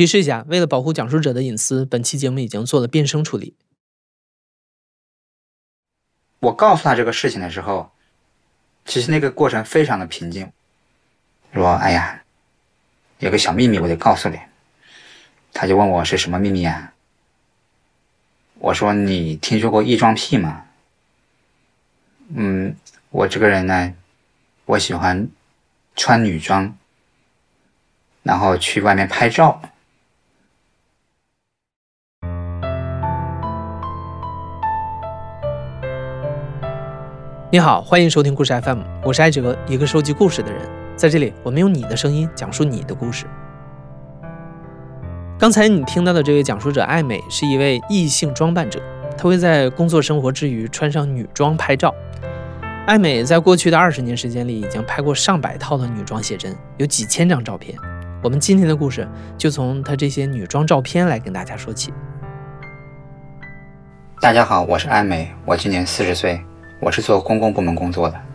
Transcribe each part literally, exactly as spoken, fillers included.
提示一下，为了保护讲述者的隐私，本期节目已经做了变声处理。 我告诉他这个事情的时候，其实那个过程非常的平静，说哎呀，有个小秘密我得告诉你。他就问我是什么秘密啊？我说你听说过异装癖吗？嗯，我这个人呢，我喜欢穿女装，然后去外面拍照。 你好，欢迎收听故事 F M， 我是艾哲，一个收集故事的人。在这里，我们用你的声音讲述你的故事。刚才你听到的这位讲述者艾美是一位异性装扮者，她会在工作生活之余穿上女装拍照。艾美在过去的二十年时间里，已经拍过上百套的女装写真，有几千张照片。我们今天的故事就从她这些女装照片来跟大家说起。 大家好，我是艾美，我今年四十岁，我是做公共部门工作的。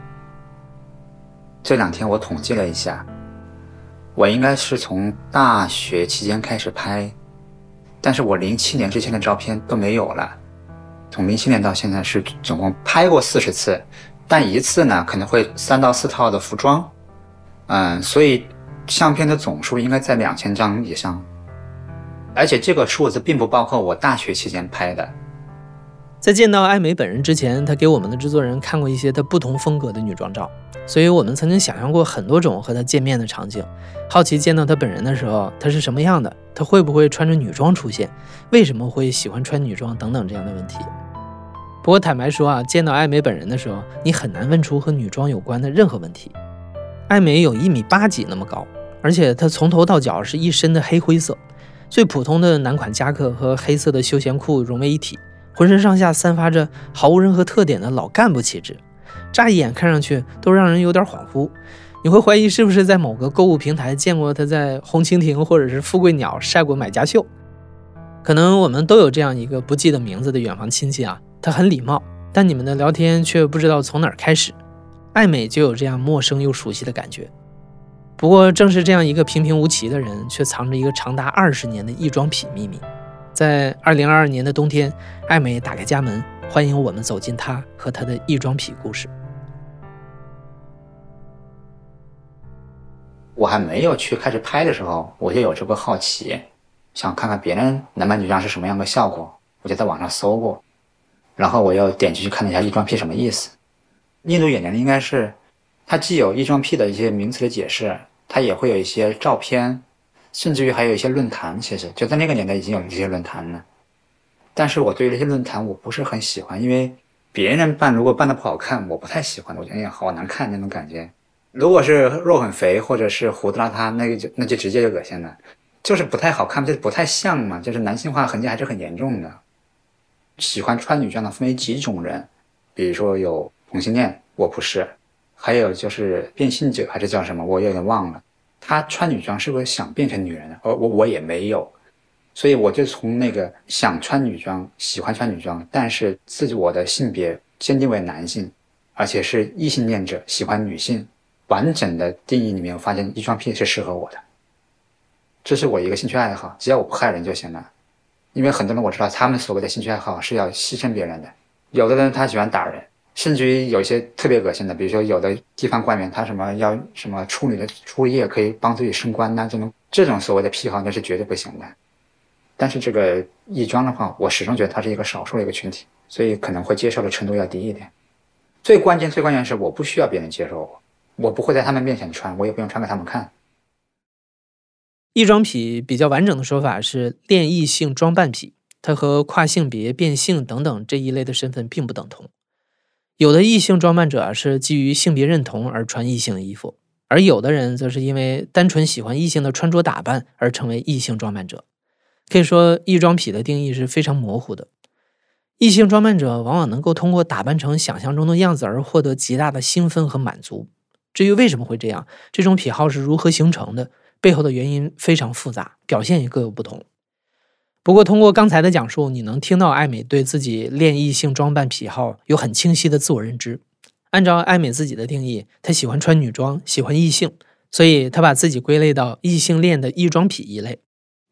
这两天我统计了一下，我应该是从大学期间开始拍，但是我零七年之前的照片都没有了。从零七年到现在是总共拍过四十次，但一次呢可能会三到四套的服装，嗯，所以相片的总数应该在两千张以上，而且这个数字并不包括我大学期间拍的。 在见到艾美本人之前，她给我们的制作人看过一些她不同风格的女装照，所以我们曾经想象过很多种和她见面的场景，好奇见到她本人的时候她是什么样的，她会不会穿着女装出现，为什么会喜欢穿女装等等这样的问题。不过坦白说啊，见到艾美本人的时候，你很难问出和女装有关的任何问题。艾美有一米八几那么高，而且她从头到脚是一身的黑灰色，最普通的男款夹克和黑色的休闲裤融为一体，浑身上下散发着毫无任何特点的老干部气质，乍一眼看上去都让人有点恍惚。你会怀疑是不是在某个购物平台见过他在红蜻蜓或者是富贵鸟晒过买家秀。可能我们都有这样一个不记得名字的远房亲戚啊，他很礼貌，但你们的聊天却不知道从哪儿开始。艾美就有这样陌生又熟悉的感觉。不过正是这样一个平平无奇的人，却藏着一个长达二十年的异装癖秘密。在二零二二年的冬天，艾美打开家门，欢迎我们走进她和她的异装癖故事。 我还没有去开始拍的时候，我就有这个好奇，想看看别人男扮女装是什么样的效果，我就在网上搜过，然后我又点进去看了一下异装癖什么意思。印度演员应该是它既有异装癖的一些名词的解释，它也会有一些照片，甚至于还有一些论坛，其实就在那个年代已经有这些论坛了。但是我对于这些论坛我不是很喜欢，因为别人扮如果扮得不好看，我不太喜欢，我觉得哎呀好难看那种感觉。如果是肉很肥或者是胡子邋遢，那个就那就直接就恶心了，就是不太好看，就是不太像嘛，就是男性化痕迹还是很严重的。喜欢穿女装的分为几种人，比如说有同性恋，我不是，还有就是变性者还是叫什么，我有点忘了。他穿女装是不是想变成女人的？而我我也没有，所以我就从那个想穿女装、喜欢穿女装，但是自我的性别坚定为男性，而且是异性恋者，喜欢女性，完整的定义里面，我发现异装癖是适合我的。这是我一个兴趣爱好，只要我不害人就行了。因为很多人我知道他们所谓的兴趣爱好是要牺牲别人的，有的人他喜欢打人，甚至于有一些特别恶心的，比如说有的地方官员他什么要什么处女的初夜可以帮自己升官呐、啊，这种这种所谓的癖好那是绝对不行的。但是这个异装的话，我始终觉得它是一个少数的一个群体，所以可能会接受的程度要低一点。最关键最关键是我不需要别人接受我，我不会在他们面前穿，我也不用穿给他们看。 异装癖比较完整的说法是恋异性装扮癖，它和跨性别、变性等等这一类的身份并不等同。有的异性装扮者是基于性别认同而穿异性的衣服，而有的人则是因为单纯喜欢异性的穿着打扮而成为异性装扮者。可以说异装癖的定义是非常模糊的。异性装扮者往往能够通过打扮成想象中的样子而获得极大的兴奋和满足。至于为什么会这样，这种癖好是如何形成的，背后的原因非常复杂，表现也各有不同。不过通过刚才的讲述，你能听到艾美对自己恋异性装扮癖好有很清晰的自我认知。按照艾美自己的定义，她喜欢穿女装，喜欢异性，所以她把自己归类到异性恋的异装癖一类。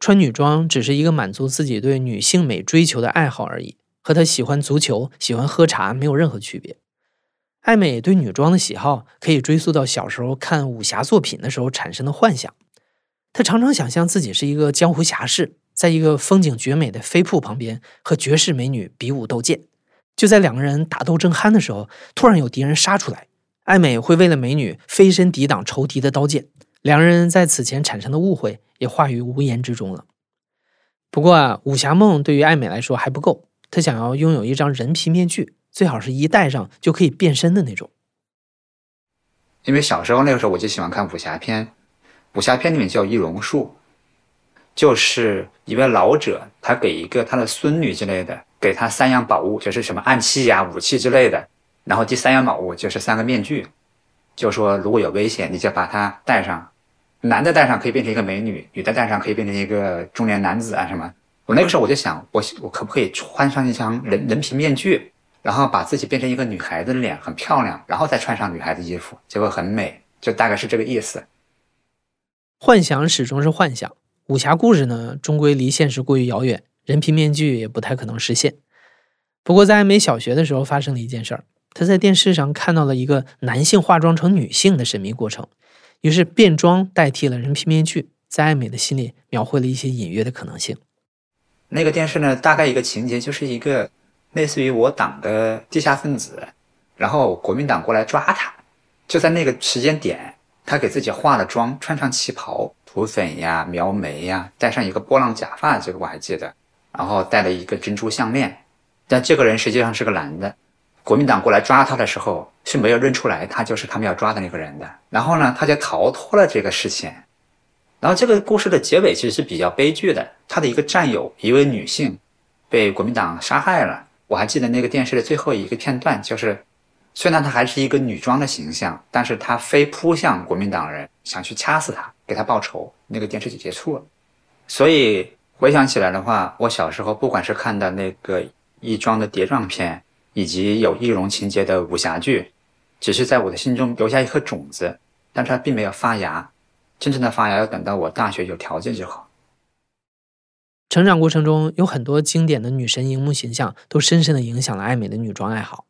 穿女装只是一个满足自己对女性美追求的爱好而已，和她喜欢足球、喜欢喝茶没有任何区别。爱美对女装的喜好可以追溯到小时候看武侠作品的时候产生的幻想。她常常想象自己是一个江湖侠士，在一个风景绝美的飞瀑旁边和绝世美女比武斗剑。就在两个人打斗正酣的时候，突然有敌人杀出来，爱美会为了美女飞身抵挡仇敌的刀剑，两人在此前产生的误会也化于无言之中了。不过啊，武侠梦对于爱美来说还不够，她想要拥有一张人皮面具，最好是一戴上就可以变身的那种。 因为小时候那个时候我就喜欢看武侠片，武侠片里面就有易容术，就是一位老者，他给一个他的孙女之类的，给他三样宝物，就是什么暗器呀、武器之类的，然后第三样宝物就是三个面具，就说如果有危险你就把它戴上，男的戴上可以变成一个美女，女的戴上可以变成一个中年男子啊什么。我那个时候我就想，我我可不可以穿上一张人人皮面具，然后把自己变成一个女孩子的脸，很漂亮，然后再穿上女孩子衣服，结果很美，就大概是这个意思。 幻想始终是幻想，武侠故事呢，终归离现实过于遥远，人皮面具也不太可能实现。不过在爱美小学的时候发生了一件事儿，她在电视上看到了一个男性化妆成女性的神秘过程，于是变装代替了人皮面具，在爱美的心里描绘了一些隐约的可能性。 那个电视呢，大概一个情节就是一个类似于我党的地下分子，然后国民党过来抓他，就在那个时间点，他给自己化了妆，穿上旗袍，涂粉呀、描眉呀，戴上一个波浪假发，这个我还记得，然后戴了一个珍珠项链。但这个人实际上是个男的，国民党过来抓他的时候是没有认出来他就是他们要抓的那个人的，然后呢他就逃脱了这个事情。然后这个故事的结尾其实是比较悲剧的，他的一个战友，一位女性被国民党杀害了。我还记得那个电视的最后一个片段，就是虽然她还是一个女装的形象，但是她飞扑向国民党人，想去掐死他，给他报仇，那个电视就结束了。所以回想起来的话，我小时候不管是看的那个异装的谍战片，以及有易容情节的武侠剧，只是在我的心中留下一颗种子，但是它并没有发芽，真正的发芽要等到我大学有条件之后。 成长过程中有很多经典的女神荧幕形象都深深地影响了爱美的女装爱好。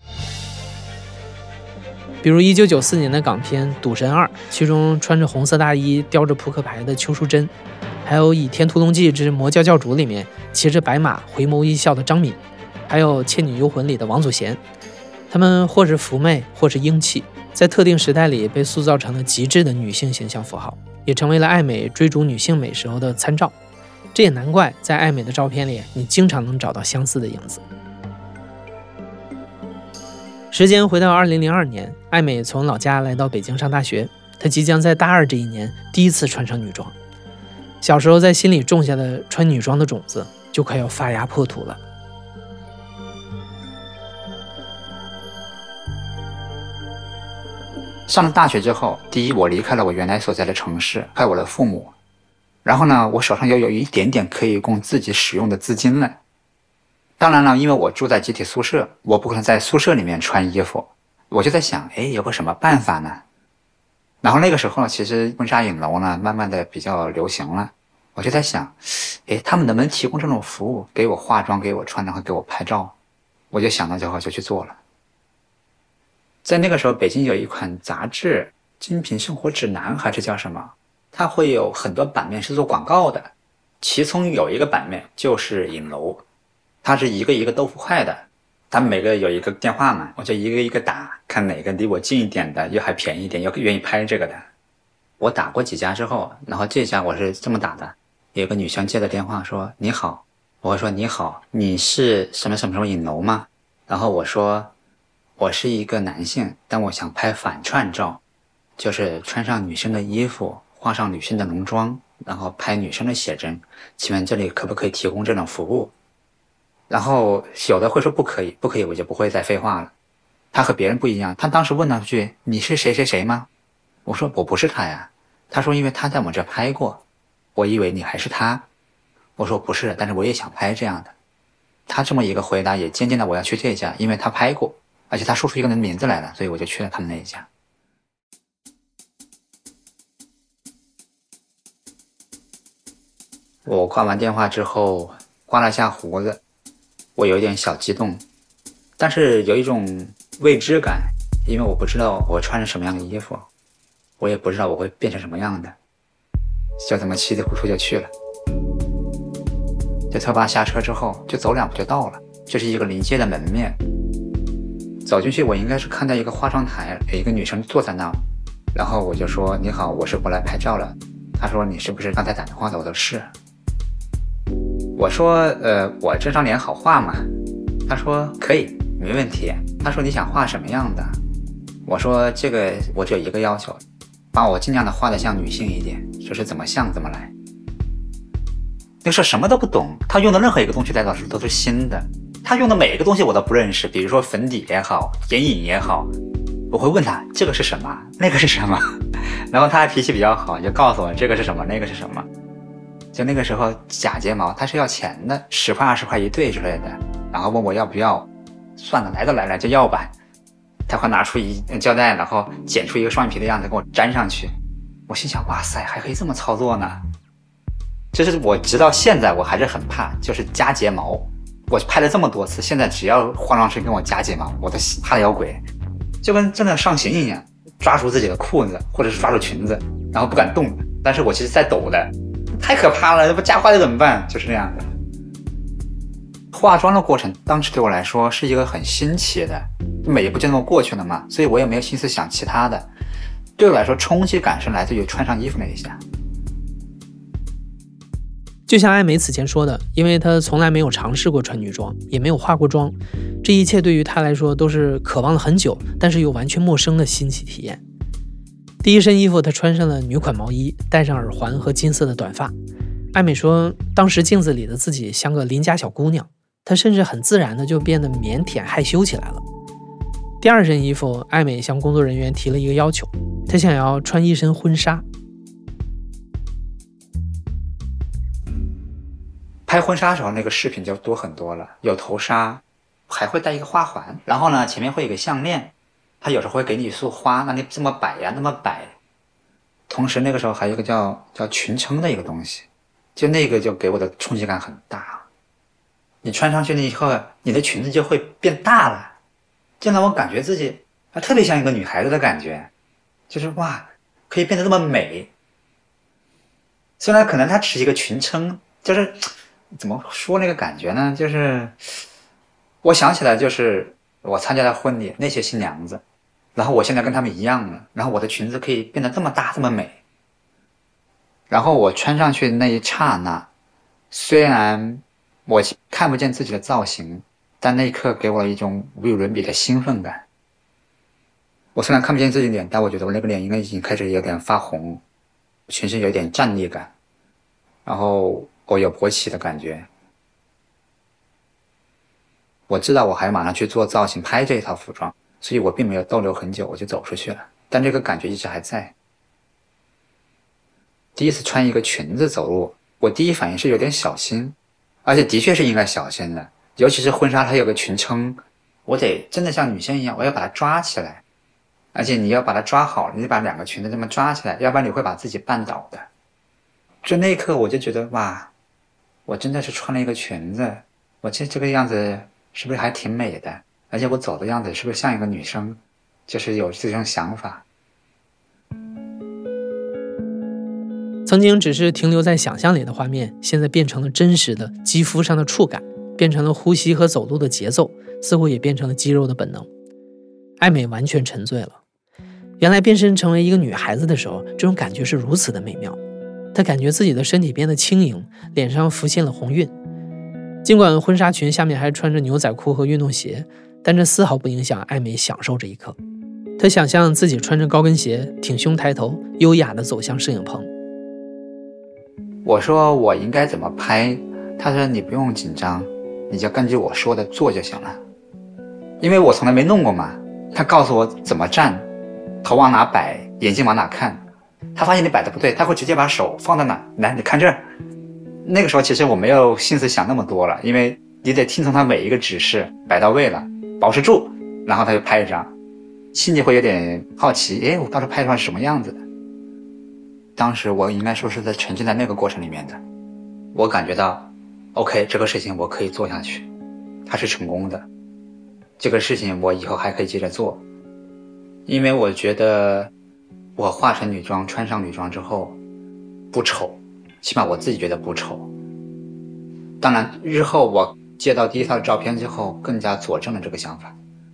比如一九九四年的港片《赌神二》，其中穿着红色大衣叼着扑克牌的邱淑贞，还有《倚天屠龙记之魔教教主》里面骑着白马回眸一笑的张敏，还有《倩女幽魂》里的王祖贤。她们或是妩媚，或是英气，在特定时代里被塑造成了极致的女性形象符号，也成为了爱美追逐女性美时候的参照。这也难怪在爱美的照片里，你经常能找到相似的影子。时间回到二零零二年，爱美从老家来到北京上大学，她即将在大二这一年第一次穿上女装。小时候在心里种下的穿女装的种子，就快要发芽破土了。 上了大学之后，第一，我离开了我原来所在的城市，还有我的父母。然后呢，我手上又有一点点可以供自己使用的资金了。当然了，因为我住在集体宿舍，我不可能在宿舍里面穿衣服，我就在想，哎，有个什么办法呢？然后那个时候，其实婚纱影楼呢，慢慢的比较流行了。我就在想，哎，他们能不能提供这种服务，给我化妆，给我穿，然后给我拍照？我就想到之后就去做了。在那个时候，北京有一款杂志《精品生活指南》还是叫什么？它会有很多版面是做广告的，其中有一个版面就是影楼，它是一个一个豆腐块的，他们每个有一个电话嘛，我就一个一个打，看哪个离我近一点的，又还便宜一点，又愿意拍这个的。我打过几家之后，然后这家我是这么打的，有个女生接的电话说你好，我会说你好，你是什么什么什么影楼吗？然后我说我是一个男性，但我想拍反串照，就是穿上女生的衣服，画上女性的浓妆，然后拍女生的写真，请问这里可不可以提供这种服务？然后有的会说不可以，不可以我就不会再废话了。他和别人不一样，他当时问了句你是谁谁谁吗？我说我不是他呀。他说因为他在我们这拍过，我以为你还是他。我说不是，但是我也想拍这样的。他这么一个回答也坚定了我要去这家，因为他拍过，而且他说出一个人的名字来了，所以我就去了他们那一家。 我挂完电话之后刮了下胡子，我有一点小激动，但是有一种未知感，因为我不知道我穿着什么样的衣服，我也不知道我会变成什么样的，就这么稀里糊涂就去了。在特巴下车之后就走两步就到了，就是一个临街的门面。走进去我应该是看到一个化妆台，有一个女生坐在那，然后我就说你好，我是过来拍照了。她说你是不是刚才打电话的？我说是。我说呃，我这张脸好画吗？她说可以，没问题。她说你想画什么样的？我说这个我只有一个要求，把我尽量的画得像女性一点，就是怎么像怎么来。那时候什么都不懂，她用的任何一个东西在老师都是新的，她用的每一个东西我都不认识，比如说粉底也好，眼影也好，我会问她这个是什么，那个是什么，然后她还脾气比较好，就告诉我这个是什么，那个是什么。就那个时候假睫毛它是要钱的，十块二十块一对之类的，然后问我要不要，算了，来都来了就要吧。他会拿出一胶带，然后剪出一个双眼皮的样子给我粘上去。我心想，哇塞，还可以这么操作呢。就是我直到现在我还是很怕，就是夹睫毛。我拍了这么多次，现在只要化妆师跟我夹睫毛，我都怕得要鬼，就跟真的上刑一样，抓住自己的裤子或者是抓住裙子，然后不敢动。但是我其实在抖的，太可怕了，这不夹坏了怎么办？就是那样的。化妆的过程当时对我来说是一个很新奇的，每一步就那么过去了嘛，所以我也没有心思想其他的。对我来说冲击感是来自于穿上衣服那一下。 就像艾美此前说的，因为她从来没有尝试过穿女装，也没有化过妆，这一切对于她来说都是渴望了很久但是又完全陌生的新奇体验。第一身衣服她穿上了女款毛衣，戴上耳环和金色的短发。艾美说当时镜子里的自己像个邻家小姑娘，她甚至很自然的就变得腼腆害羞起来了。第二身衣服，艾美向工作人员提了一个要求，她想要穿一身婚纱。 拍婚纱的时候那个饰品就多很多了，有头纱，还会带一个花环，然后呢前面会有一个项链，它有时候会给你一束花，那你这么摆呀那么摆。同时那个时候还有一个叫叫裙撑的一个东西，就那个就给我的冲击感很大。你穿上去了以后，你的裙子就会变大了，就让我感觉自己啊特别像一个女孩子的感觉，就是哇可以变得这么美。虽然可能它只是一个裙撑，就是怎么说那个感觉呢，就是我想起来就是我参加的婚礼那些新娘子，然后我现在跟她们一样了，然后我的裙子可以变得这么大这么美。然后我穿上去的那一刹那，虽然我看不见自己的造型，但那一刻给我一种无与伦比的兴奋感。我虽然看不见自己脸，但我觉得我那个脸应该已经开始有点发红，全身有点站立感，然后我有勃起的感觉。我知道我还马上去做造型拍这一套服装，所以我并没有逗留很久，我就走出去了，但这个感觉一直还在。第一次穿一个裙子走路，我第一反应是有点小心，而且的确是应该小心的，尤其是婚纱它有个裙撑，我得真的像女生一样，我要把它抓起来，而且你要把它抓好，你得把两个裙子这么抓起来，要不然你会把自己绊倒的。就那一刻我就觉得哇，我真的是穿了一个裙子，我这这个样子是不是还挺美的，而且我走的样子是不是像一个女生，就是有这种想法。 曾经只是停留在想象里的画面，现在变成了真实的肌肤上的触感，变成了呼吸和走路的节奏，似乎也变成了肌肉的本能。艾美完全沉醉了，原来变身成为一个女孩子的时候，这种感觉是如此的美妙。她感觉自己的身体变得轻盈，脸上浮现了红晕。尽管婚纱裙下面还穿着牛仔裤和运动鞋，但这丝毫不影响艾美享受这一刻。她想象自己穿着高跟鞋，挺胸抬头，优雅地走向摄影棚。 我说我应该怎么拍，他说你不用紧张，你就根据我说的做就行了。因为我从来没弄过嘛，他告诉我怎么站，头往哪摆，眼睛往哪看。他发现你摆的不对，他会直接把手放在哪，来你看这儿。那个时候其实我没有心思想那么多了，因为你得听从他每一个指示，摆到位了，保持住，然后他就拍一张。心里会有点好奇，诶，我到时候拍出来是什么样子的。当时我应该说是在沉浸在那个过程里面的， 我感觉到 OK， 这个事情我可以做下去，它是成功的，这个事情我以后还可以接着做。因为我觉得我化成女装穿上女装之后不丑，起码我自己觉得不丑。当然日后我接到第一套照片之后更加佐证了这个想法。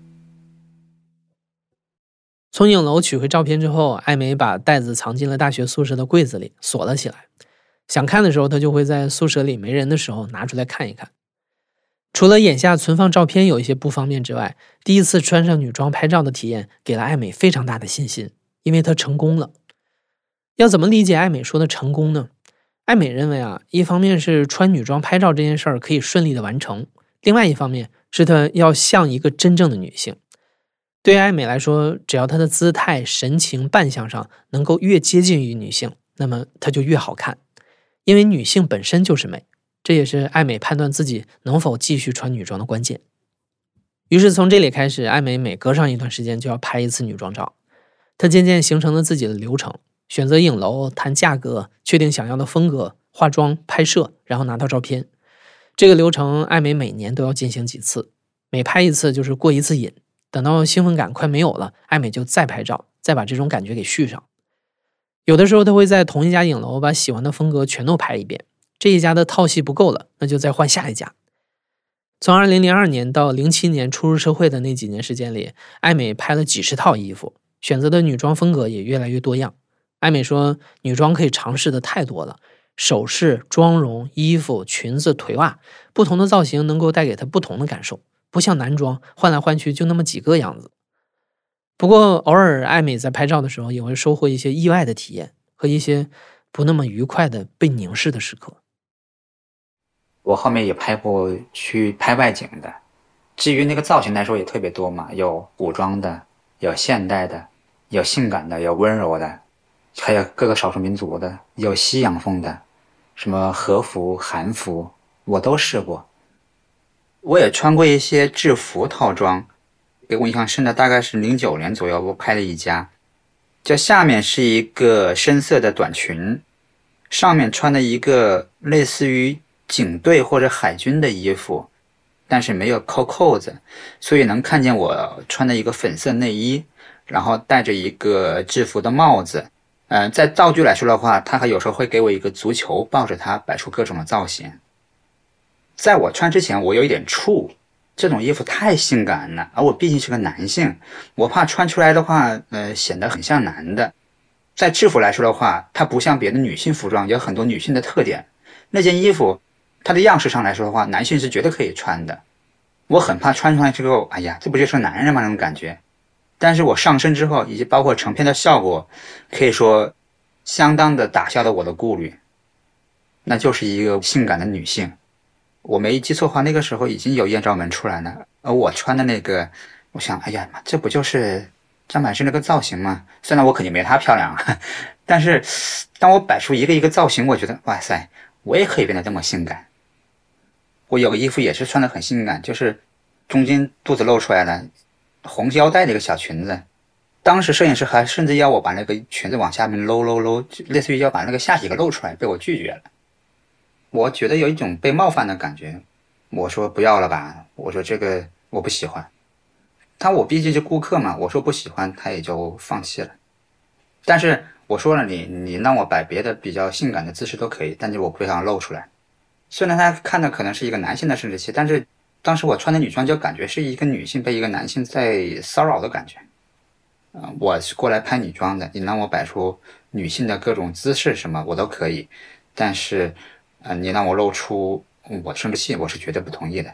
从影楼取回照片之后，艾美把袋子藏进了大学宿舍的柜子里，锁了起来。想看的时候，她就会在宿舍里没人的时候拿出来看一看。除了眼下存放照片有一些不方便之外，第一次穿上女装拍照的体验给了艾美非常大的信心，因为她成功了。要怎么理解艾美说的成功呢？艾美认为啊，一方面是穿女装拍照这件事儿可以顺利的完成，另外一方面是她要像一个真正的女性。对于艾美来说，只要她的姿态、神情、扮相上能够越接近于女性，那么她就越好看。因为女性本身就是美，这也是艾美判断自己能否继续穿女装的关键。于是从这里开始，艾美每隔上一段时间就要拍一次女装照。她渐渐形成了自己的流程，选择影楼、谈价格、确定想要的风格、化妆、拍摄，然后拿到照片。这个流程艾美每年都要进行几次，每拍一次就是过一次瘾。等到兴奋感快没有了，艾美就再拍照，再把这种感觉给续上。有的时候她会在同一家影楼把喜欢的风格全都拍一遍，这一家的套系不够了，那就再换下一家。从二零零二年到零七年初入社会的那几年时间里，艾美拍了几十套衣服，选择的女装风格也越来越多样。艾美说，女装可以尝试的太多了，首饰、妆容、衣服、裙子、腿袜，不同的造型能够带给她不同的感受，不像男装换来换去就那么几个样子。不过偶尔艾美在拍照的时候也会收获一些意外的体验和一些不那么愉快的被凝视的时刻。 我后面也拍过去拍外景的，至于那个造型来说也特别多嘛，有古装的，有现代的，有性感的，有温柔的，还有各个少数民族的，有西洋风的，什么和服、韩服我都试过。我也穿过一些制服套装，给我印象深的大概是零九年左右我拍了一家，就下面是一个深色的短裙，上面穿了一个类似于警队或者海军的衣服，但是没有扣扣子，所以能看见我穿的一个粉色内衣，然后戴着一个制服的帽子。呃，在道具来说的话，他还有时候会给我一个足球，抱着它摆出各种的造型。在我穿之前我有一点怵，这种衣服太性感了，而我毕竟是个男性，我怕穿出来的话呃，显得很像男的。在制服来说的话，它不像别的女性服装有很多女性的特点，那件衣服它的样式上来说的话，男性是绝对可以穿的。我很怕穿上来之后，哎呀，这不就是男人吗那种感觉。但是我上身之后以及包括成片的效果，可以说相当的打消了我的顾虑，那就是一个性感的女性。我没记错的话，那个时候已经有艳照门出来了，而我穿的那个，我想，哎呀，这不就是张柏芝那个造型吗？虽然我肯定没她漂亮，但是当我摆出一个一个造型，我觉得，哇塞，我也可以变得这么性感。我有个衣服也是穿得很性感，就是中间肚子露出来了，红腰带的一个小裙子。当时摄影师还甚至要我把那个裙子往下面搂搂搂，类似于要把那个下体给露出来，被我拒绝了。我觉得有一种被冒犯的感觉，我说不要了吧，我说这个我不喜欢。他我毕竟是顾客嘛，我说不喜欢，他也就放弃了。但是我说了，你你让我摆别的比较性感的姿势都可以，但是我不想露出来。虽然他看的可能是一个男性的生殖器，但是当时我穿的女装就感觉是一个女性被一个男性在骚扰的感觉。呃、我是过来拍女装的，你让我摆出女性的各种姿势什么我都可以，但是呃，你让我露出我生殖器，我是绝对不同意的。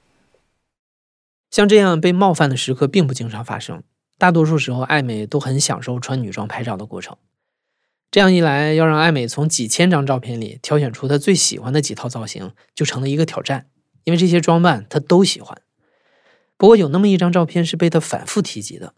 像这样被冒犯的时刻并不经常发生，大多数时候艾美都很享受穿女装拍照的过程。这样一来，要让艾美从几千张照片里挑选出她最喜欢的几套造型，就成了一个挑战，因为这些装扮她都喜欢。不过有那么一张照片是被她反复提及的。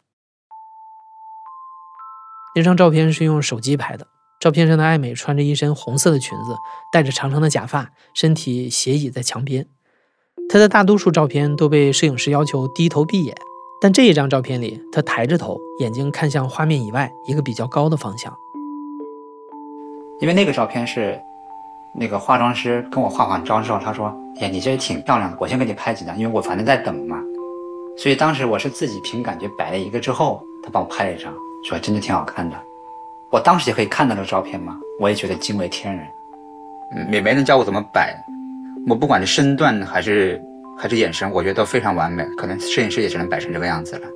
那张照片是用手机拍的，照片上的艾美穿着一身红色的裙子，戴着长长的假发，身体斜倚在墙边。她的大多数照片都被摄影师要求低头闭眼，但这一张照片里，她抬着头，眼睛看向画面以外一个比较高的方向。 因为那个照片是那个化妆师跟我化完妆之后，他说：“哎呀，你这也挺漂亮的，我先给你拍几张，因为我反正在等嘛。”所以当时我是自己凭感觉摆了一个之后，他帮我拍了一张，说真的挺好看的。我当时就可以看到那个照片嘛，我也觉得惊为天人。嗯，也没人教我怎么摆，我不管是身段还是还是眼神，我觉得都非常完美，可能摄影师也只能摆成这个样子了。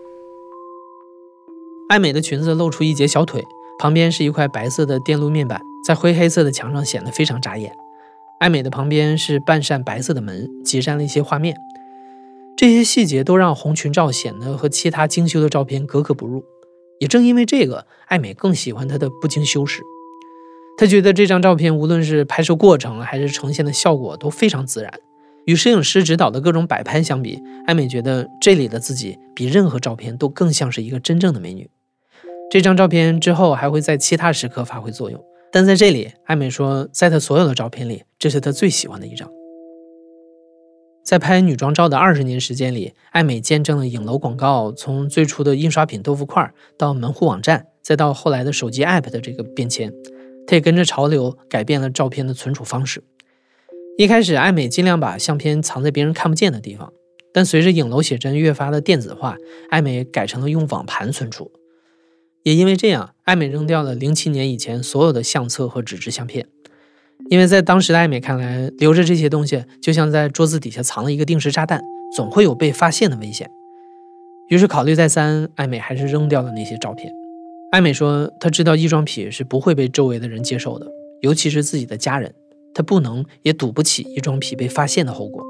爱美的裙子露出一截小腿，旁边是一块白色的电路面板，在灰黑色的墙上显得非常扎眼。爱美的旁边是半扇白色的门，挤占了一些画面。这些细节都让红裙照显得和其他精修的照片格格不入。也正因为这个，爱美更喜欢她的不经修饰。她觉得这张照片无论是拍摄过程还是呈现的效果都非常自然。与摄影师指导的各种摆拍相比，爱美觉得这里的自己比任何照片都更像是一个真正的美女。这张照片之后还会在其他时刻发挥作用，但在这里，爱美说，在她所有的照片里，这是她最喜欢的一张。在拍女装照的二十年时间里，爱美见证了影楼广告从最初的印刷品豆腐块到门户网站，再到后来的手机 app 的这个变迁。她也跟着潮流改变了照片的存储方式。一开始，爱美尽量把相片藏在别人看不见的地方，但随着影楼写真越发的电子化，爱美改成了用网盘存储。也因为这样，爱美扔掉了零七年以前所有的相册和纸质相片，因为在当时的爱美看来，留着这些东西就像在桌子底下藏了一个定时炸弹，总会有被发现的危险。于是考虑再三，爱美还是扔掉了那些照片。爱美说，她知道异装癖是不会被周围的人接受的，尤其是自己的家人，她不能也赌不起异装癖被发现的后果。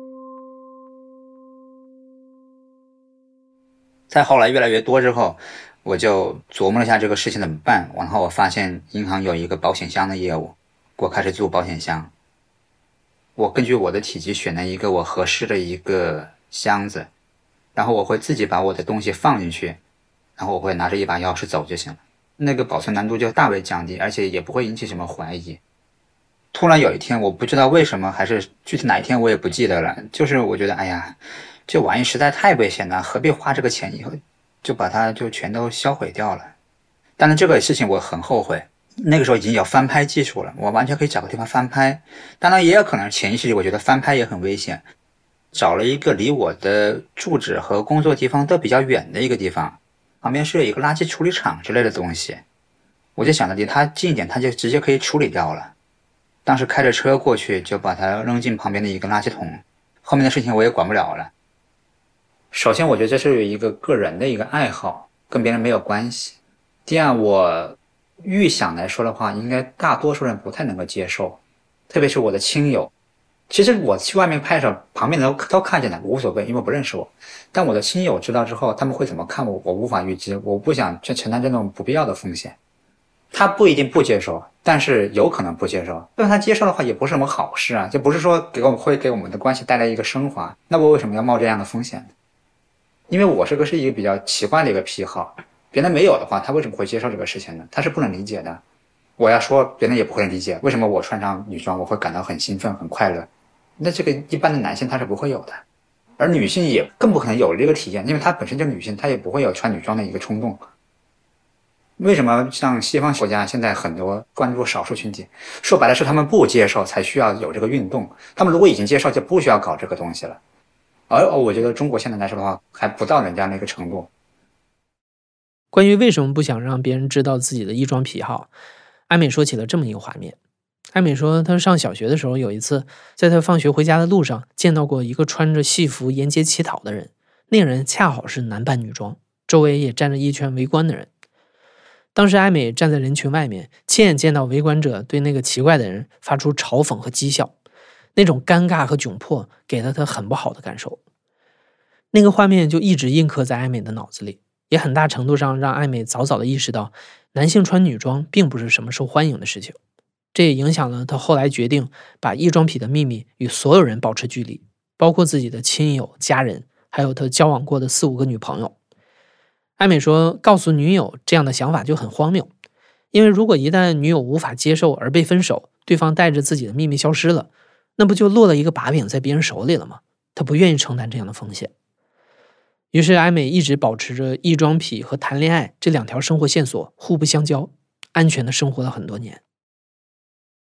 再后来越来越多之后，我就琢磨了一下这个事情怎么办，然后我发现银行有一个保险箱的业务，我开始做保险箱。我根据我的体积选了一个我合适的一个箱子，然后我会自己把我的东西放进去，然后我会拿着一把钥匙走就行了，那个保存难度就大为降低，而且也不会引起什么怀疑。突然有一天，我不知道为什么，还是具体哪一天我也不记得了，就是我觉得哎呀，这玩意实在太危险了，何必花这个钱，以后就把它就全都销毁掉了。当然这个事情我很后悔，那个时候已经有翻拍技术了，我完全可以找个地方翻拍。当然也有可能潜意识里我觉得翻拍也很危险，找了一个离我的住址和工作地方都比较远的一个地方，旁边是有一个垃圾处理厂之类的东西，我就想着离它近一点，它就直接可以处理掉了。当时开着车过去，就把它扔进旁边的一个垃圾桶，后面的事情我也管不了了。首先我觉得这是有一个个人的一个爱好，跟别人没有关系。第二，我预想来说的话，应该大多数人不太能够接受，特别是我的亲友。其实我去外面拍的时候，旁边人都都看见了，无所谓，因为不认识我。但我的亲友知道之后，他们会怎么看我，我无法预知，我不想去承担这种不必要的风险。他不一定不接受，但是有可能不接受。但他接受的话，也不是什么好事啊，就不是说给我们会给我们的关系带来一个升华。那我为什么要冒这样的风险呢？因为我这个是一个比较奇怪的一个癖好，别人没有的话，他为什么会接受这个事情呢？他是不能理解的。我要说，别人也不会理解，为什么我穿上女装我会感到很兴奋、很快乐？那这个一般的男性他是不会有的，而女性也更不可能有这个体验，因为她本身就是女性，她也不会有穿女装的一个冲动。为什么像西方国家现在很多关注少数群体，说白了是他们不接受才需要有这个运动，他们如果已经接受就不需要搞这个东西了。而我觉得中国现在来说的话，还不到人家那个程度。 关于为什么不想让别人知道自己的异装癖好，艾美说起了这么一个画面。艾美说，她上小学的时候，有一次在她放学回家的路上，见到过一个穿着戏服沿街乞讨的人，那个人恰好是男扮女装，周围也站着一圈围观的人。当时艾美站在人群外面，亲眼见到围观者对那个奇怪的人发出嘲讽和讥笑，那种尴尬和窘迫给了她很不好的感受。那个画面就一直印刻在艾美的脑子里，也很大程度上让艾美早早的意识到，男性穿女装并不是什么受欢迎的事情。这也影响了她后来决定把异装癖的秘密与所有人保持距离，包括自己的亲友、家人，还有她交往过的四五个女朋友。艾美说，告诉女友这样的想法就很荒谬，因为如果一旦女友无法接受而被分手，对方带着自己的秘密消失了，那不就落了一个把柄在别人手里了吗？她不愿意承担这样的风险。于是艾美一直保持着异装癖和谈恋爱这两条生活线索互不相交，安全的生活了很多年。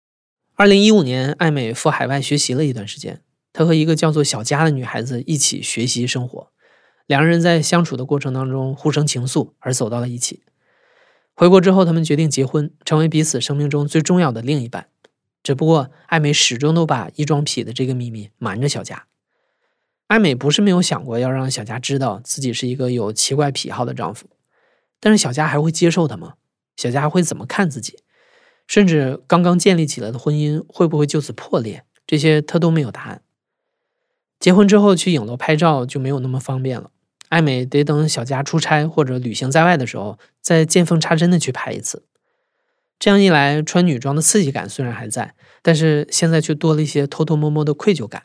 二零一五年，艾美赴海外学习了一段时间，她和一个叫做小佳的女孩子一起学习生活，两人在相处的过程当中互生情愫，而走到了一起。回国之后，他们决定结婚，成为彼此生命中最重要的另一半。只不过艾美始终都把异装癖的这个秘密瞒着小佳。艾美不是没有想过要让小佳知道自己是一个有奇怪癖好的丈夫，但是小佳还会接受他吗？小佳会怎么看自己？甚至刚刚建立起来的婚姻会不会就此破裂？这些她都没有答案。结婚之后去影楼拍照就没有那么方便了，艾美得等小佳出差或者旅行在外的时候，再见缝插针的去拍一次。这样一来，穿女装的刺激感虽然还在，但是现在却多了一些偷偷摸摸的愧疚感。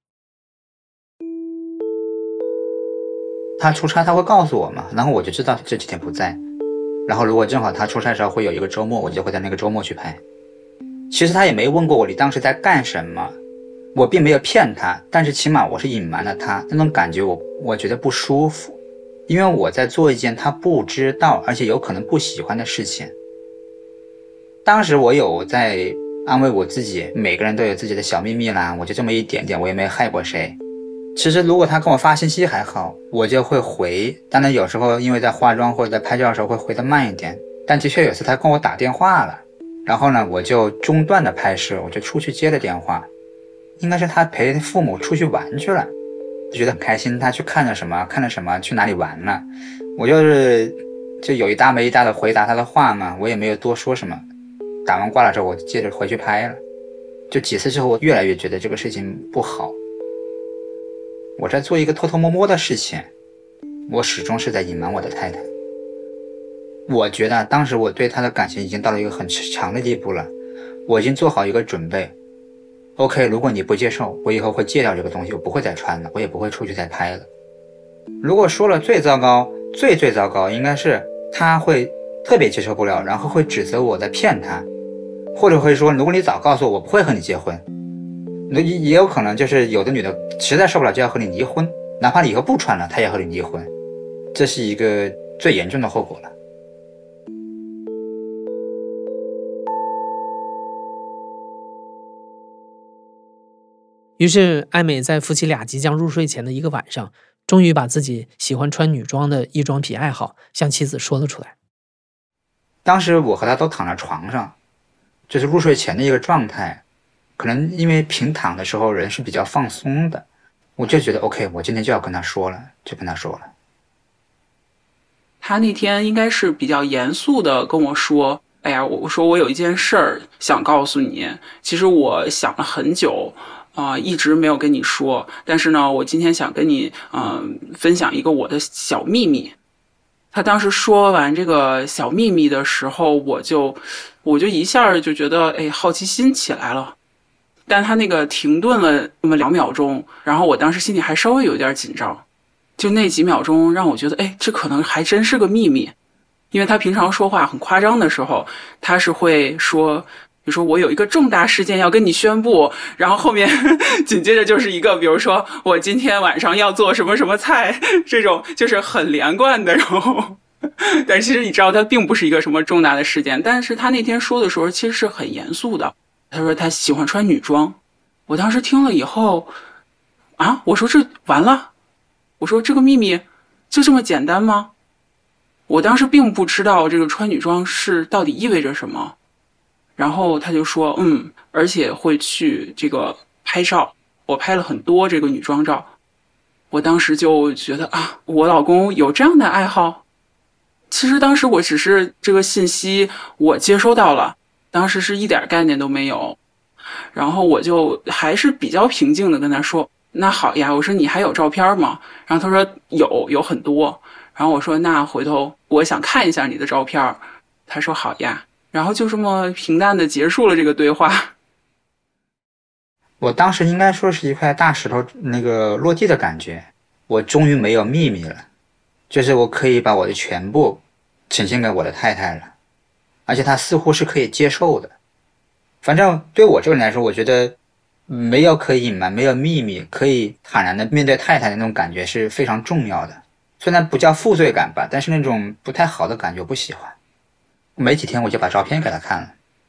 他出差他会告诉我嘛，然后我就知道这几天不在，然后如果正好他出差的时候会有一个周末，我就会在那个周末去拍。其实他也没问过我你当时在干什么，我并没有骗他，但是起码我是隐瞒了他，那种感觉我我觉得不舒服，因为我在做一件他不知道而且有可能不喜欢的事情。当时我有在安慰我自己，每个人都有自己的小秘密啦，我就这么一点点，我也没害过谁。其实如果他跟我发信息还好，我就会回，当然有时候因为在化妆或者在拍照的时候会回得慢一点，但的确有次他跟我打电话了，然后呢我就中断了拍摄，我就出去接了电话，应该是他陪父母出去玩去了，就觉得很开心，他去看了什么看了什么去哪里玩了，我就是就有一搭没一搭的回答他的话嘛，我也没有多说什么。打完挂了之后我接着回去拍了，就几次之后我越来越觉得这个事情不好，我在做一个偷偷摸摸的事情，我始终是在隐瞒我的太太。我觉得当时我对她的感情已经到了一个很强的地步了，我已经做好一个准备 OK， 如果你不接受，我以后会戒掉这个东西，我不会再穿了，我也不会出去再拍了。如果说了最糟糕最最糟糕应该是她会特别接受不了，然后会指责我在骗她，或者会说如果你早告诉我我不会和你结婚。也有可能就是有的女的实在受不了就要和你离婚，哪怕你以后不穿了她也和你离婚，这是一个最严重的后果了。 于是艾美在夫妻俩即将入睡前的一个晚上，终于把自己喜欢穿女装的异装癖爱好向妻子说了出来。 当时我和他都躺在床上，就是入睡前的一个状态，可能因为平躺的时候人是比较放松的，我就觉得 OK， 我今天就要跟他说了，就跟他说了。 他那天应该是比较严肃的跟我说，哎呀，我说我有一件事儿想告诉你，其实我想了很久啊、呃，一直没有跟你说，但是呢我今天想跟你嗯、呃、分享一个我的小秘密。他当时说完这个小秘密的时候，我就我就一下就觉得哎，好奇心起来了。但他那个停顿了那么两秒钟，然后我当时心里还稍微有点紧张，就那几秒钟让我觉得哎，这可能还真是个秘密。因为他平常说话很夸张的时候，他是会说比如说我有一个重大事件要跟你宣布，然后后面紧接着就是一个比如说我今天晚上要做什么什么菜，这种就是很连贯的。然后但其实你知道他并不是一个什么重大的事件，但是他那天说的时候其实是很严肃的。他说他喜欢穿女装，我当时听了以后啊，我说这完了，我说这个秘密就这么简单吗？我当时并不知道这个穿女装是到底意味着什么。然后他就说嗯，而且会去这个拍照，我拍了很多这个女装照。我当时就觉得啊，我老公有这样的爱好。其实当时我只是这个信息我接收到了，当时是一点概念都没有。然后我就还是比较平静的跟他说那好呀，我说你还有照片吗？然后他说有有很多。然后我说那回头我想看一下你的照片。他说好呀。然后就这么平淡的结束了这个对话。 我当时应该说是一块大石头那个落地的感觉，我终于没有秘密了，就是我可以把我的全部呈现给我的太太了，而且她似乎是可以接受的。反正对我这个人来说，我觉得没有可以隐瞒，没有秘密，可以坦然的面对太太的那种感觉是非常重要的。虽然不叫负罪感吧，但是那种不太好的感觉我不喜欢。没几天我就把照片给她看了。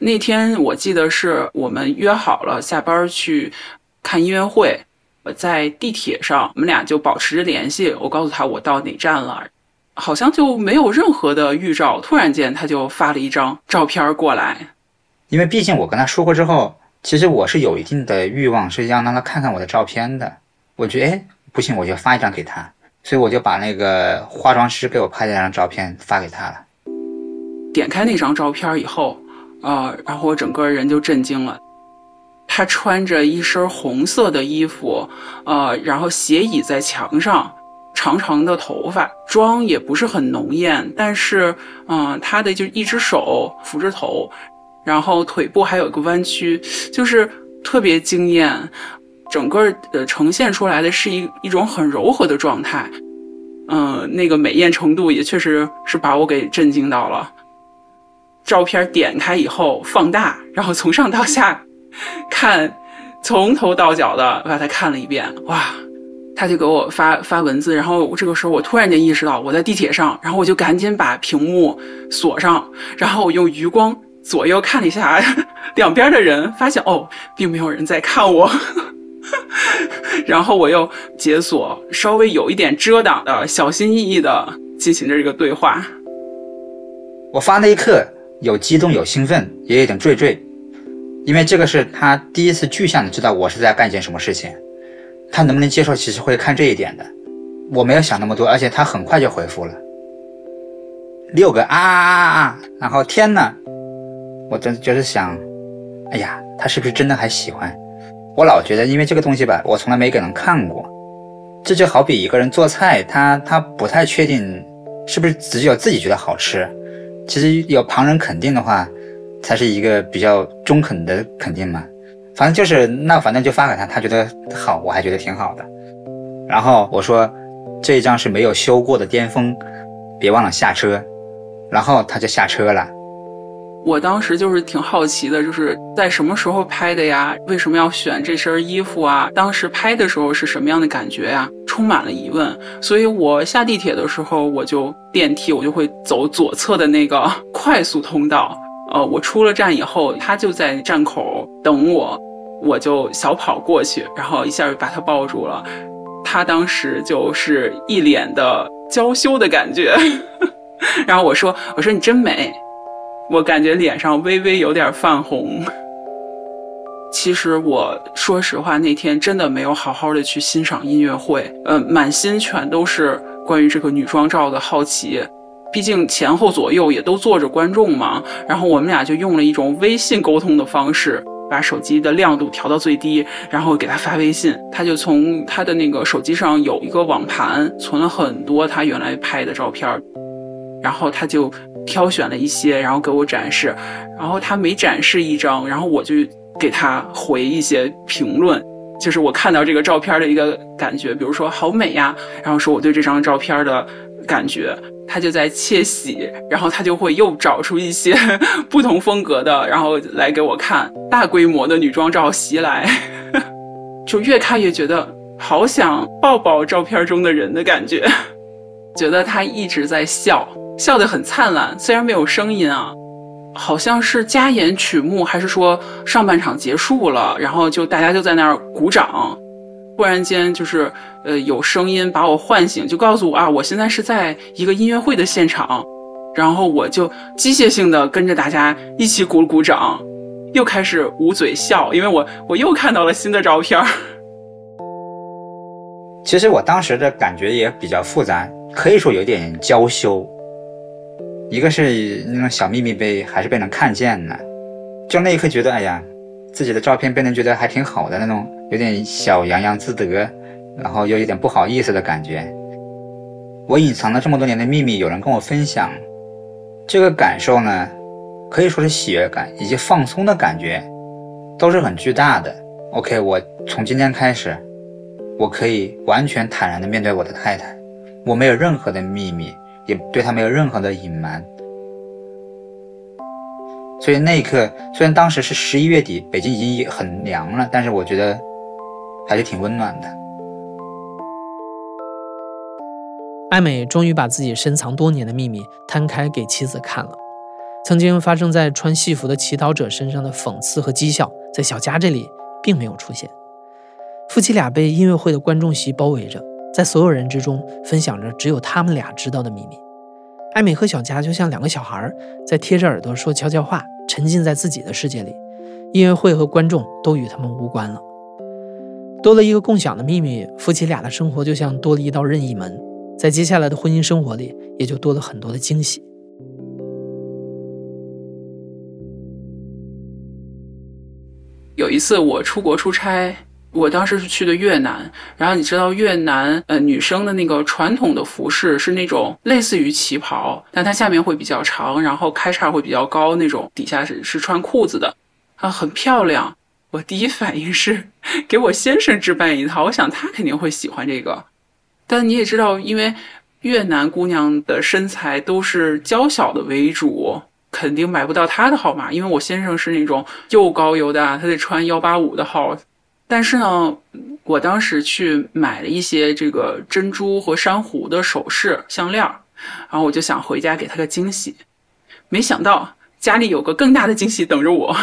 那天我记得是我们约好了下班去看音乐会，我在地铁上，我们俩就保持着联系。我告诉他我到哪站了，好像就没有任何的预兆，突然间他就发了一张照片过来。 因为毕竟我跟他说过之后，其实我是有一定的欲望，是要让他看看我的照片的。我觉得哎不行，我就发一张给他，所以我就把那个化妆师给我拍的那张照片发给他了。 点开那张照片以后，呃，然后我整个人就震惊了。他穿着一身红色的衣服，呃，然后斜倚在墙上，长长的头发，妆也不是很浓艳，但是，嗯、呃，他的就一只手扶着头，然后腿部还有一个弯曲，就是特别惊艳。整个的呈现出来的是一一种很柔和的状态，嗯、呃，那个美艳程度也确实是把我给震惊到了。照片点开以后放大，然后从上到下看，从头到脚的把它看了一遍，哇！他就给我发发文字，然后这个时候我突然间意识到我在地铁上，然后我就赶紧把屏幕锁上，然后我用余光左右看了一下两边的人，发现哦，并没有人在看我。然后我又解锁，稍微有一点遮挡的，小心翼翼的进行着这个对话。 我发那一刻有激动，有兴奋，也有点惴惴，因为这个是他第一次具象的知道我是在干一件什么事情，他能不能接受其实会看这一点的。我没有想那么多，而且他很快就回复了六个啊啊啊啊，然后天哪，我真就是想，哎呀，他是不是真的还喜欢我？老觉得因为这个东西吧，我从来没给人看过，这就好比一个人做菜，他他不太确定是不是只有自己觉得好吃，其实有旁人肯定的话才是一个比较中肯的肯定嘛。反正就是那反正就发给他，他觉得好，我还觉得挺好的。然后我说这一张是没有修过的巅峰，别忘了下车。然后他就下车了。 我当时就是挺好奇的，就是在什么时候拍的呀？为什么要选这身衣服啊？当时拍的时候是什么样的感觉呀？充满了疑问。所以我下地铁的时候，我就电梯我就会走左侧的那个快速通道。呃，我出了站以后，他就在站口等我，我就小跑过去，然后一下就把他抱住了。他当时就是一脸的娇羞的感觉。然后我说我说你真美，我感觉脸上微微有点泛红。其实我说实话，那天真的没有好好的去欣赏音乐会，呃，满心全都是关于这个女装照的好奇。毕竟前后左右也都坐着观众嘛，然后我们俩就用了一种微信沟通的方式，把手机的亮度调到最低，然后给他发微信，他就从他的那个手机上有一个网盘，存了很多他原来拍的照片，然后他就挑选了一些，然后给我展示，然后他每展示一张，然后我就给他回一些评论，就是我看到这个照片的一个感觉，比如说好美呀，然后说我对这张照片的感觉，他就在窃喜，然后他就会又找出一些不同风格的，然后来给我看，大规模的女装照袭来，就越看越觉得好想抱抱照片中的人的感觉，觉得他一直在笑，笑得很灿烂，虽然没有声音啊，好像是加演曲目，还是说上半场结束了，然后就大家就在那儿鼓掌，忽然间就是呃有声音把我唤醒，就告诉我啊，我现在是在一个音乐会的现场，然后我就机械性的跟着大家一起鼓鼓掌，又开始捂嘴笑，因为我我又看到了新的照片。 其实我当时的感觉也比较复杂，可以说有点娇羞。一个是那种小秘密被还是被人看见了，就那一刻觉得哎呀，自己的照片被人觉得还挺好的那种，有点小洋洋自得，然后又有点不好意思的感觉。我隐藏了这么多年的秘密，有人跟我分享，这个感受呢，可以说是喜悦感以及放松的感觉，都是很巨大的。OK， 我从今天开始，我可以完全坦然地面对我的太太，我没有任何的秘密，也对她没有任何的隐瞒。所以那一刻，虽然当时是十一月底，北京已经很凉了，但是我觉得还是挺温暖的。 艾美终于把自己深藏多年的秘密摊开给妻子看了。 曾经发生在穿戏服的乞讨者身上的讽刺和讥笑，在小佳这里并没有出现。夫妻俩被音乐会的观众席包围着，在所有人之中分享着只有他们俩知道的秘密。艾美和小佳就像两个小孩，在贴着耳朵说悄悄话，沉浸在自己的世界里，音乐会和观众都与他们无关了。多了一个共享的秘密，夫妻俩的生活就像多了一道任意门，在接下来的婚姻生活里也就多了很多的惊喜。 有一次我出国出差，我当时是去的越南，然后你知道越南呃女生的那个传统的服饰是那种类似于旗袍，但它下面会比较长，然后开叉会比较高那种，底下是是穿裤子的，啊，很漂亮。我第一反应是给我先生置办一套，我想他肯定会喜欢这个。但你也知道，因为越南姑娘的身材都是娇小的为主，肯定买不到他的号码，因为我先生是那种又高又大，他得穿一八五的号。但是呢，我当时去买了一些这个珍珠和珊瑚的首饰项链，然后我就想回家给他个惊喜，没想到家里有个更大的惊喜等着我。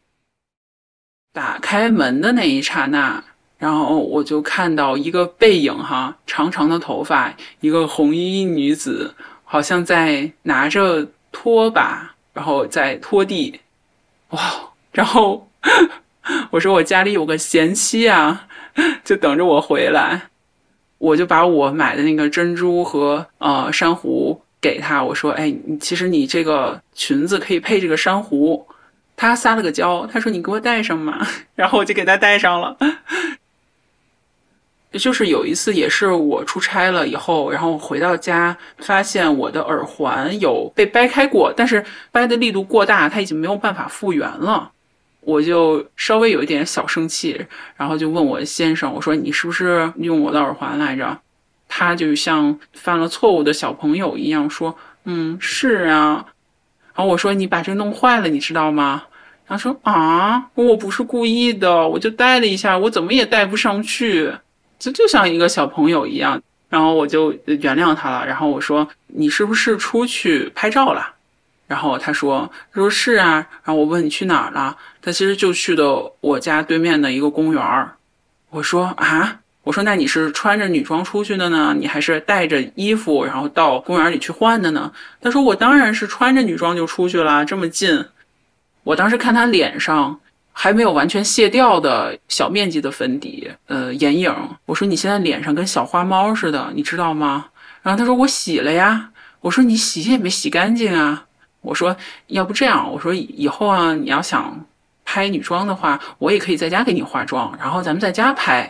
打开门的那一刹那，然后我就看到一个背影哈，长长的头发，一个红衣女子，好像在拿着拖把，然后在拖地。哇！然后我说我家里有个贤妻啊，就等着我回来。我就把我买的那个珍珠和呃珊瑚给他，我说，哎，其实你这个裙子可以配这个珊瑚。他撒了个娇，他说你给我戴上嘛，然后我就给他戴上了。就是有一次也是我出差了以后，然后回到家发现我的耳环有被掰开过，但是掰的力度过大，它已经没有办法复原了。我就稍微有一点小生气，然后就问我先生，我说你是不是用我的耳环来着？他就像犯了错误的小朋友一样说，嗯，是啊。然后我说你把这弄坏了，你知道吗？他说啊，我不是故意的，我就戴了一下，我怎么也戴不上去，这就像一个小朋友一样。然后我就原谅他了。然后我说你是不是出去拍照了？然后他说他说是啊。然后我问你去哪儿了？他其实就去的我家对面的一个公园。我说啊，我说那你是穿着女装出去的呢，你还是带着衣服然后到公园里去换的呢？他说我当然是穿着女装就出去了，这么近。我当时看他脸上还没有完全卸掉的小面积的粉底呃眼影，我说你现在脸上跟小花猫似的，你知道吗？然后他说我洗了呀。我说你洗也没洗干净啊。我说要不这样，我说以后啊你要想拍女装的话，我也可以在家给你化妆，然后咱们在家拍。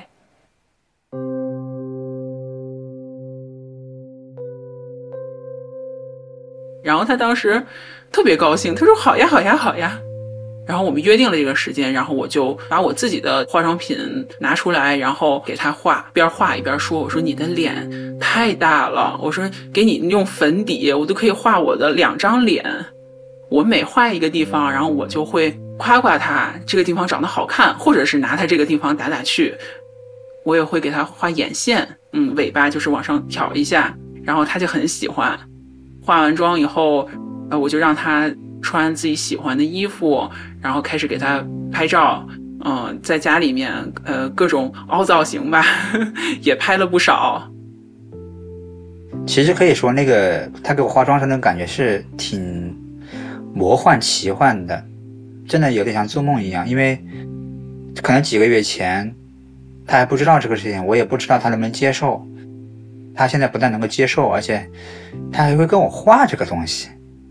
然后他当时特别高兴，他说好呀好呀好呀。然后我们约定了这个时间，然后我就把我自己的化妆品拿出来，然后给他画，边画一边说，我说你的脸太大了，我说给你用粉底我都可以画我的两张脸。我每画一个地方，然后我就会夸夸他这个地方长得好看，或者是拿他这个地方打打趣。我也会给他画眼线，嗯，尾巴就是往上挑一下，然后他就很喜欢。化完妆以后，呃，我就让他穿自己喜欢的衣服，然后开始给他拍照。嗯、呃，在家里面，呃，各种凹造型吧，也拍了不少。 其实可以说，那个他给我化妆时那种感觉是挺魔幻奇幻的，真的有点像做梦一样。因为可能几个月前他还不知道这个事情，我也不知道他能不能接受。他现在不但能够接受，而且他还会跟我画这个东西，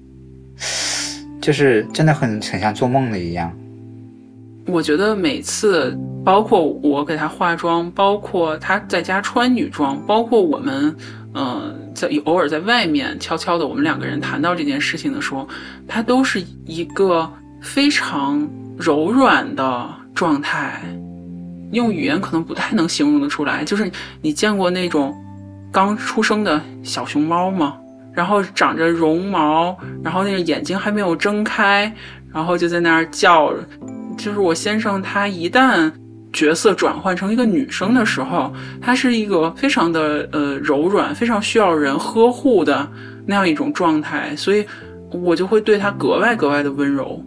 就是真的很很像做梦的一样。 我觉得每次包括我给他化妆，包括他在家穿女装，包括我们嗯、呃，在偶尔在外面悄悄的我们两个人谈到这件事情的时候，他都是一个非常柔软的状态，用语言可能不太能形容得出来。就是你见过那种刚出生的小熊猫吗？然后长着绒毛，然后那个眼睛还没有睁开，然后就在那儿叫。就是我先生他一旦角色转换成一个女生的时候，他是一个非常的呃柔软，非常需要人呵护的那样一种状态。所以我就会对她格外格外的温柔。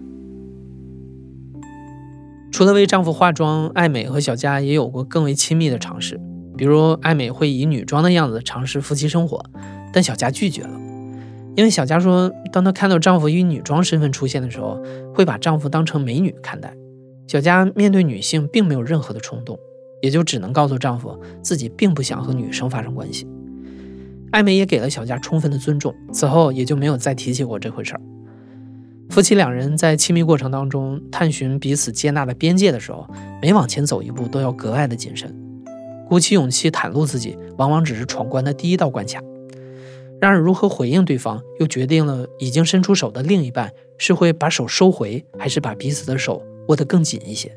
除了为丈夫化妆，艾美和小佳也有过更为亲密的尝试，比如艾美会以女装的样子尝试夫妻生活，但小佳拒绝了。因为小佳说，当她看到丈夫以女装身份出现的时候，会把丈夫当成美女看待。小佳面对女性并没有任何的冲动，也就只能告诉丈夫自己并不想和女生发生关系。艾美也给了小佳充分的尊重，此后也就没有再提起过这回事儿。夫妻两人在亲密过程当中探寻彼此接纳的边界的时候，每往前走一步都要格外的谨慎。鼓起勇气袒露自己，往往只是闯关的第一道关卡。然而如何回应对方，又决定了已经伸出手的另一半是会把手收回，还是把彼此的手握得更紧一些。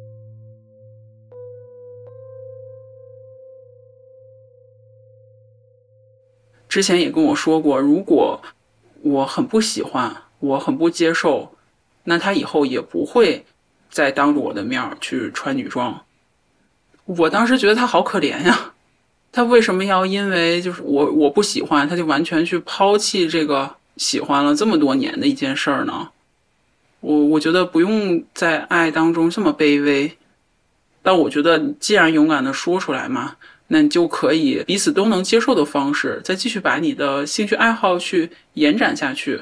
之前也跟我说过，如果我很不喜欢，我很不接受，那他以后也不会再当着我的面去穿女装。我当时觉得他好可怜呀，他为什么要因为就是我我不喜欢，他就完全去抛弃这个喜欢了这么多年的一件事儿呢？我我觉得不用在爱当中这么卑微，但我觉得既然勇敢的说出来嘛，那你就可以彼此都能接受的方式，再继续把你的兴趣爱好去延展下去。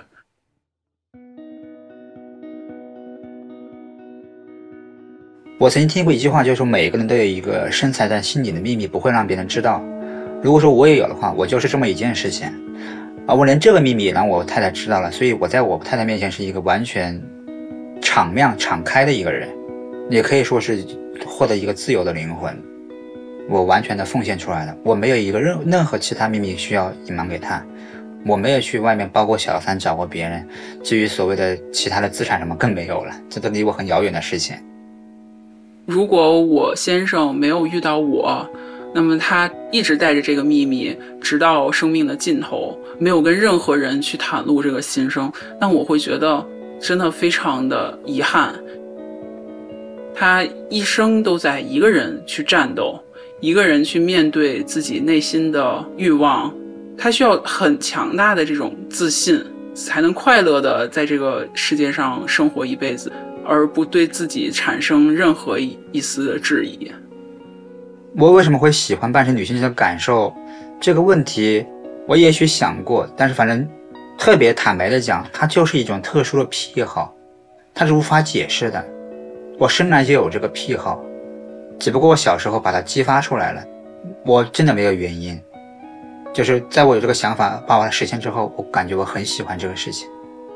我曾经听过一句话，就是说每个人都有一个深藏在心里的秘密，不会让别人知道。如果说我也有的话，我就是这么一件事情，而我连这个秘密也让我太太知道了，所以我在我太太面前是一个完全敞亮敞开的一个人，也可以说是获得一个自由的灵魂。我完全的奉献出来了，我没有一个任任何其他秘密需要隐瞒给他，我没有去外面包过小三找过别人，至于所谓的其他的资产什么更没有了，这都离我很遥远的事情。 如果我先生没有遇到我，那么他一直带着这个秘密直到生命的尽头，没有跟任何人去袒露这个心声，那我会觉得真的非常的遗憾。他一生都在一个人去战斗，一个人去面对自己内心的欲望，他需要很强大的这种自信，才能快乐的在这个世界上生活一辈子，而不对自己产生任何一丝的质疑。 我为什么会喜欢半身女性的感受这个问题，我也许想过，但是反正特别坦白的讲，它就是一种特殊的癖好，它是无法解释的。我生来就有这个癖好，只不过我小时候把它激发出来了，我真的没有原因，就是在我有这个想法把它实现之后，我感觉我很喜欢这个事情。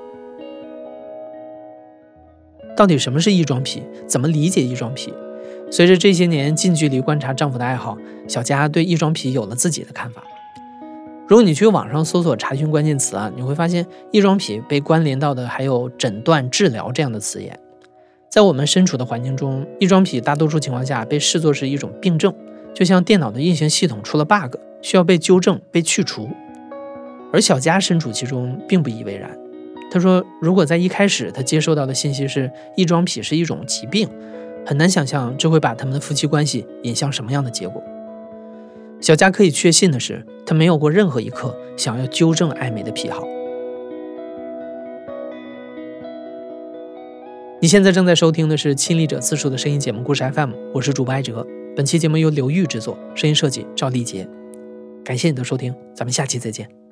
到底什么是异装癖？怎么理解异装癖？随着这些年近距离观察丈夫的爱好，小佳对异装癖有了自己的看法。如果你去网上搜索查询关键词啊，你会发现异装癖被关联到的还有诊断、治疗这样的词眼。在我们身处的环境中，异装癖大多数情况下被视作是一种病症，就像电脑的运行系统出了 bug， 需要被纠正、被去除。而小佳身处其中并不以为然。他说，如果在一开始他接收到的信息是异装癖是一种疾病，很难想象这会把他们的夫妻关系引向什么样的结果。小佳可以确信的是，他没有过任何一刻想要纠正艾美的癖好。你现在正在收听的是亲历者自述的声音节目故事 F M， 我是主播艾哲。本期节目由刘玉制作，声音设计赵丽杰。感谢你的收听，咱们下期再见。